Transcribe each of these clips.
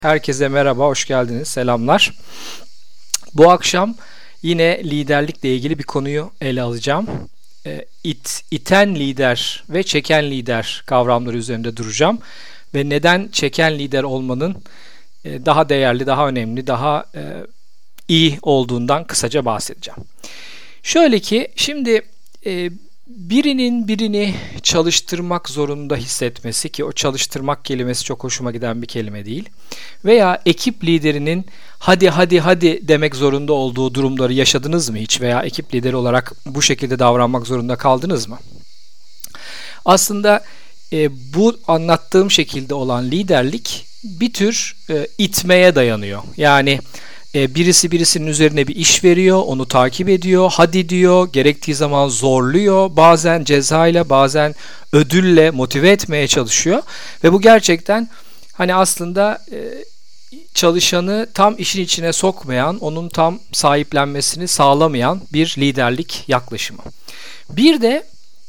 Herkese merhaba, hoş geldiniz, selamlar. Bu akşam yine liderlikle ilgili bir konuyu ele alacağım. İten lider ve çeken lider kavramları üzerinde duracağım. Ve neden çeken lider olmanın daha değerli, daha önemli, daha iyi olduğundan kısaca bahsedeceğim. Şöyle ki, şimdi birinin birini çalıştırmak zorunda hissetmesi, ki o çalıştırmak kelimesi çok hoşuma giden bir kelime değil, veya ekip liderinin hadi demek zorunda olduğu durumları yaşadınız mı hiç, veya ekip lideri olarak bu şekilde davranmak zorunda kaldınız mı? Aslında bu anlattığım şekilde olan liderlik bir tür itmeye dayanıyor. Yani birisi birisinin üzerine bir iş veriyor, onu takip ediyor, hadi diyor, gerektiği zaman zorluyor, bazen cezayla, bazen ödülle motive etmeye çalışıyor ve bu gerçekten aslında çalışanı tam işin içine sokmayan, onun tam sahiplenmesini sağlamayan bir liderlik yaklaşımı. Bir de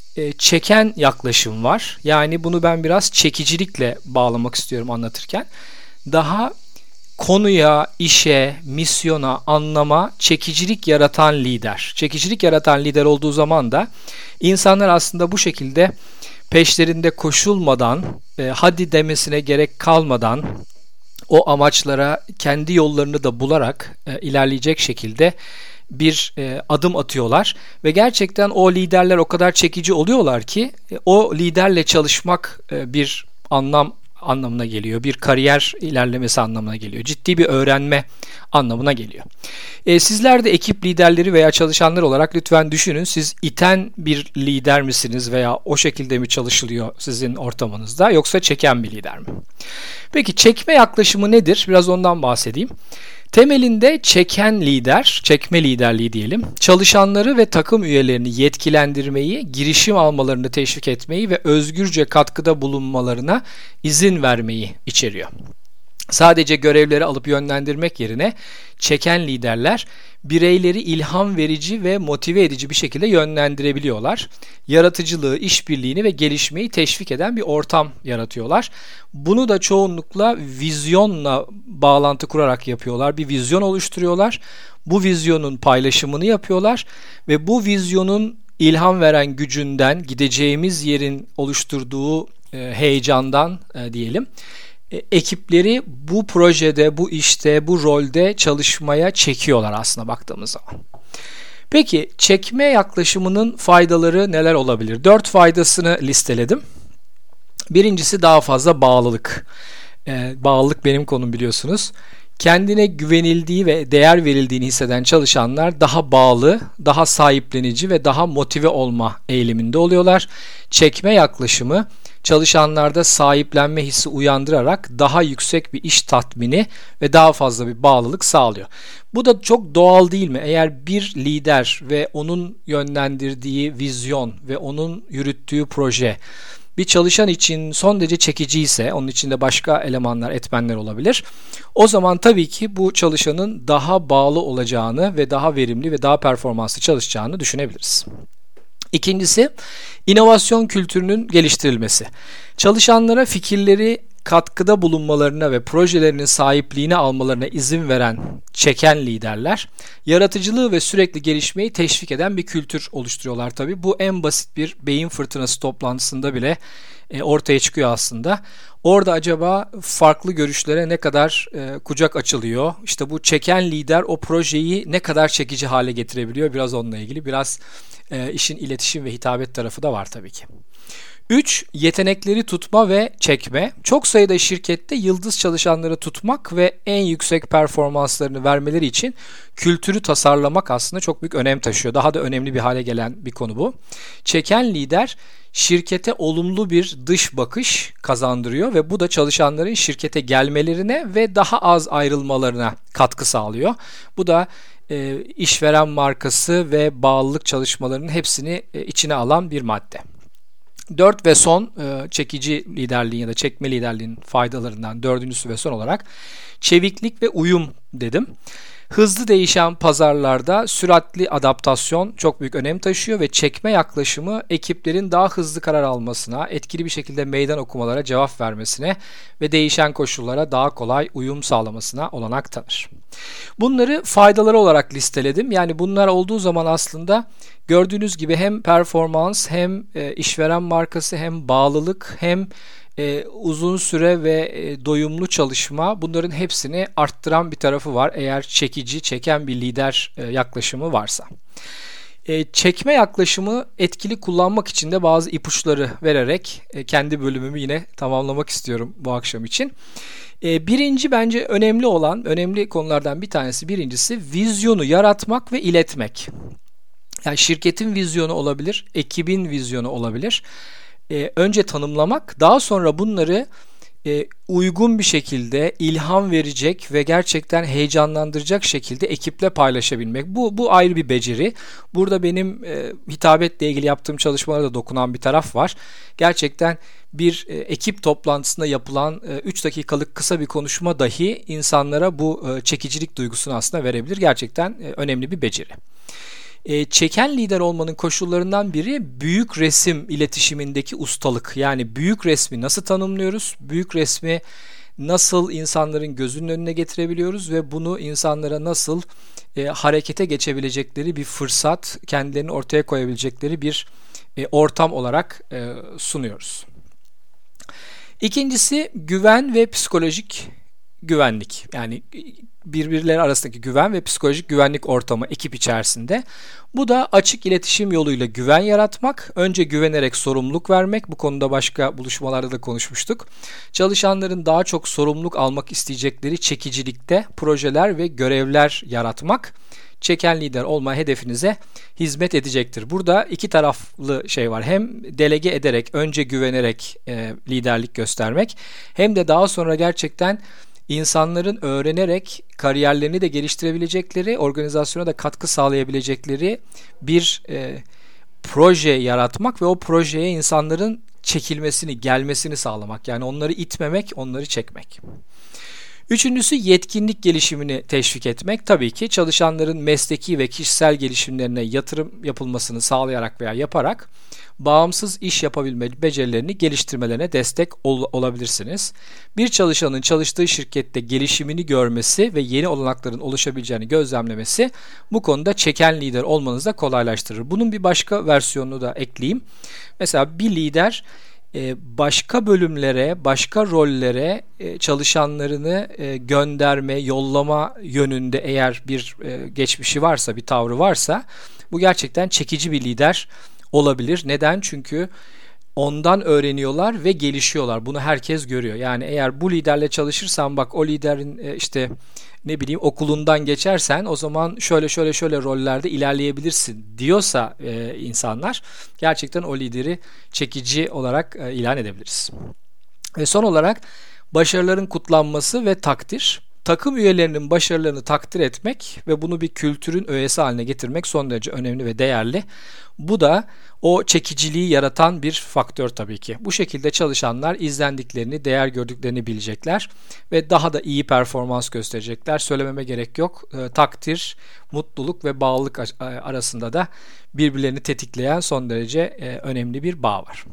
çeken yaklaşım var. Yani bunu ben biraz çekicilikle bağlamak istiyorum anlatırken. Daha konuya, işe, misyona, anlama çekicilik yaratan lider. Çekicilik yaratan lider olduğu zaman da insanlar aslında bu şekilde peşlerinde koşulmadan, hadi demesine gerek kalmadan o amaçlara kendi yollarını da bularak ilerleyecek şekilde bir adım atıyorlar ve gerçekten o liderler o kadar çekici oluyorlar ki o liderle çalışmak bir anlamına geliyor. Bir kariyer ilerlemesi anlamına geliyor. Ciddi bir öğrenme anlamına geliyor. Sizler de ekip liderleri veya çalışanlar olarak lütfen düşünün. Siz iten bir lider misiniz veya o şekilde mi çalışılıyor sizin ortamınızda, yoksa çeken bir lider mi? Peki çekme yaklaşımı nedir? Biraz ondan bahsedeyim. Temelinde çeken lider, çekme liderliği diyelim, çalışanları ve takım üyelerini yetkilendirmeyi, girişim almalarını teşvik etmeyi ve özgürce katkıda bulunmalarına izin vermeyi içeriyor. Sadece görevleri alıp yönlendirmek yerine çeken liderler bireyleri ilham verici ve motive edici bir şekilde yönlendirebiliyorlar. Yaratıcılığı, işbirliğini ve gelişmeyi teşvik eden bir ortam yaratıyorlar. Bunu da çoğunlukla vizyonla bağlantı kurarak yapıyorlar. Bir vizyon oluşturuyorlar. Bu vizyonun paylaşımını yapıyorlar ve bu vizyonun ilham veren gücünden, gideceğimiz yerin oluşturduğu heyecandan diyelim, ekipleri bu projede, bu işte, bu rolde çalışmaya çekiyorlar aslında baktığımız zaman. Peki çekme yaklaşımının faydaları neler olabilir? 4 faydasını listeledim. Birincisi daha fazla bağlılık. Bağlılık benim konum, biliyorsunuz. Kendine güvenildiği ve değer verildiğini hisseden çalışanlar daha bağlı, daha sahiplenici ve daha motive olma eğiliminde oluyorlar. Çekme yaklaşımı çalışanlarda sahiplenme hissi uyandırarak daha yüksek bir iş tatmini ve daha fazla bir bağlılık sağlıyor. Bu da çok doğal değil mi? Eğer bir lider ve onun yönlendirdiği vizyon ve onun yürüttüğü proje bir çalışan için son derece çekici ise, onun içinde başka elemanlar, etmenler olabilir. O zaman tabii ki bu çalışanın daha bağlı olacağını ve daha verimli ve daha performanslı çalışacağını düşünebiliriz. İkincisi, inovasyon kültürünün geliştirilmesi. Çalışanlara fikirleri katkıda bulunmalarına ve projelerinin sahipliğini almalarına izin veren, çeken liderler, yaratıcılığı ve sürekli gelişmeyi teşvik eden bir kültür oluşturuyorlar tabii. Bu en basit bir beyin fırtınası toplantısında bile ortaya çıkıyor aslında. Orada acaba farklı görüşlere ne kadar kucak açılıyor? İşte bu çeken lider o projeyi ne kadar çekici hale getirebiliyor? Biraz onunla ilgili. Biraz işin iletişim ve hitabet tarafı da var tabii ki. 3. Yetenekleri tutma ve çekme. Çok sayıda şirkette yıldız çalışanları tutmak ve en yüksek performanslarını vermeleri için kültürü tasarlamak aslında çok büyük önem taşıyor. Daha da önemli bir hale gelen bir konu bu. Çeken lider şirkete olumlu bir dış bakış kazandırıyor ve bu da çalışanların şirkete gelmelerine ve daha az ayrılmalarına katkı sağlıyor. Bu da işveren markası ve bağlılık çalışmalarının hepsini içine alan bir madde. 4 ve son çekici liderliğin ya da çekme liderliğin faydalarından dördüncüsü ve son olarak çeviklik ve uyum dedim. Hızlı değişen pazarlarda süratli adaptasyon çok büyük önem taşıyor ve çekme yaklaşımı ekiplerin daha hızlı karar almasına, etkili bir şekilde meydan okumalara cevap vermesine ve değişen koşullara daha kolay uyum sağlamasına olanak tanır. Bunları faydaları olarak listeledim. Yani bunlar olduğu zaman aslında gördüğünüz gibi hem performans, hem işveren markası, hem bağlılık, hem uzun süre ve doyumlu çalışma, bunların hepsini arttıran bir tarafı var eğer çekici, çeken bir lider yaklaşımı varsa. Çekme yaklaşımı etkili kullanmak için de bazı ipuçları vererek kendi bölümümü yine tamamlamak istiyorum bu akşam için. Birinci bence önemli konulardan bir tanesi, birincisi vizyonu yaratmak ve iletmek. Yani şirketin vizyonu olabilir, ekibin vizyonu olabilir. Önce tanımlamak, daha sonra bunları uygun bir şekilde ilham verecek ve gerçekten heyecanlandıracak şekilde ekiple paylaşabilmek. Bu ayrı bir beceri. Burada benim hitabetle ilgili yaptığım çalışmalara da dokunan bir taraf var. Gerçekten bir ekip toplantısında yapılan 3 dakikalık kısa bir konuşma dahi insanlara bu çekicilik duygusunu aslında verebilir. Gerçekten önemli bir beceri. Çeken lider olmanın koşullarından biri büyük resim iletişimindeki ustalık. Yani büyük resmi nasıl tanımlıyoruz? Büyük resmi nasıl insanların gözünün önüne getirebiliyoruz ve bunu insanlara nasıl harekete geçebilecekleri bir fırsat, kendilerini ortaya koyabilecekleri bir ortam olarak sunuyoruz. İkincisi güven ve psikolojik güvenlik. Yani birbirleri arasındaki güven ve psikolojik güvenlik ortamı ekip içerisinde. Bu da açık iletişim yoluyla güven yaratmak, önce güvenerek sorumluluk vermek. Bu konuda başka buluşmalarda da konuşmuştuk. Çalışanların daha çok sorumluluk almak isteyecekleri çekicilikte projeler ve görevler yaratmak, çeken lider olma hedefinize hizmet edecektir. Burada iki taraflı şey var. Hem delege ederek, önce güvenerek liderlik göstermek, hem de daha sonra gerçekten İnsanların öğrenerek kariyerlerini de geliştirebilecekleri, organizasyona da katkı sağlayabilecekleri bir proje yaratmak ve o projeye insanların çekilmesini, gelmesini sağlamak. Yani onları itmemek, onları çekmek. Üçüncüsü yetkinlik gelişimini teşvik etmek. Tabii ki çalışanların mesleki ve kişisel gelişimlerine yatırım yapılmasını sağlayarak veya yaparak bağımsız iş yapabilme becerilerini geliştirmelerine destek olabilirsiniz. Bir çalışanın çalıştığı şirkette gelişimini görmesi ve yeni olanakların oluşabileceğini gözlemlemesi bu konuda çeken lider olmanızı da kolaylaştırır. Bunun bir başka versiyonunu da ekleyeyim. Mesela bir lider başka bölümlere, başka rollere çalışanlarını gönderme, yollama yönünde eğer bir geçmişi varsa, bir tavrı varsa, bu gerçekten çekici bir lider olabilir. Neden? Çünkü ondan öğreniyorlar ve gelişiyorlar. Bunu herkes görüyor. Yani eğer bu liderle çalışırsan, bak o liderin işte okulundan geçersen o zaman şöyle rollerde ilerleyebilirsin diyorsa insanlar, gerçekten o lideri çekici olarak ilan edebiliriz. Ve son olarak başarıların kutlanması ve takdir. Takım üyelerinin başarılarını takdir etmek ve bunu bir kültürün öğesi haline getirmek son derece önemli ve değerli. Bu da o çekiciliği yaratan bir faktör tabii ki. Bu şekilde çalışanlar izlendiklerini, değer gördüklerini bilecekler ve daha da iyi performans gösterecekler. Söylememe gerek yok. Takdir, mutluluk ve bağlılık arasında da birbirlerini tetikleyen son derece önemli bir bağ var.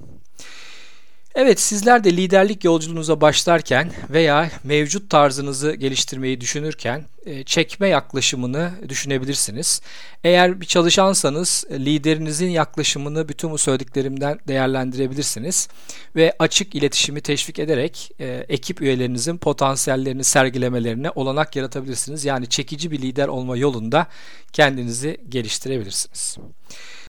Evet, sizler de liderlik yolculuğunuza başlarken veya mevcut tarzınızı geliştirmeyi düşünürken çekme yaklaşımını düşünebilirsiniz. Eğer bir çalışansanız liderinizin yaklaşımını bütün bu söylediklerimden değerlendirebilirsiniz ve açık iletişimi teşvik ederek ekip üyelerinizin potansiyellerini sergilemelerine olanak yaratabilirsiniz. Yani çekici bir lider olma yolunda kendinizi geliştirebilirsiniz.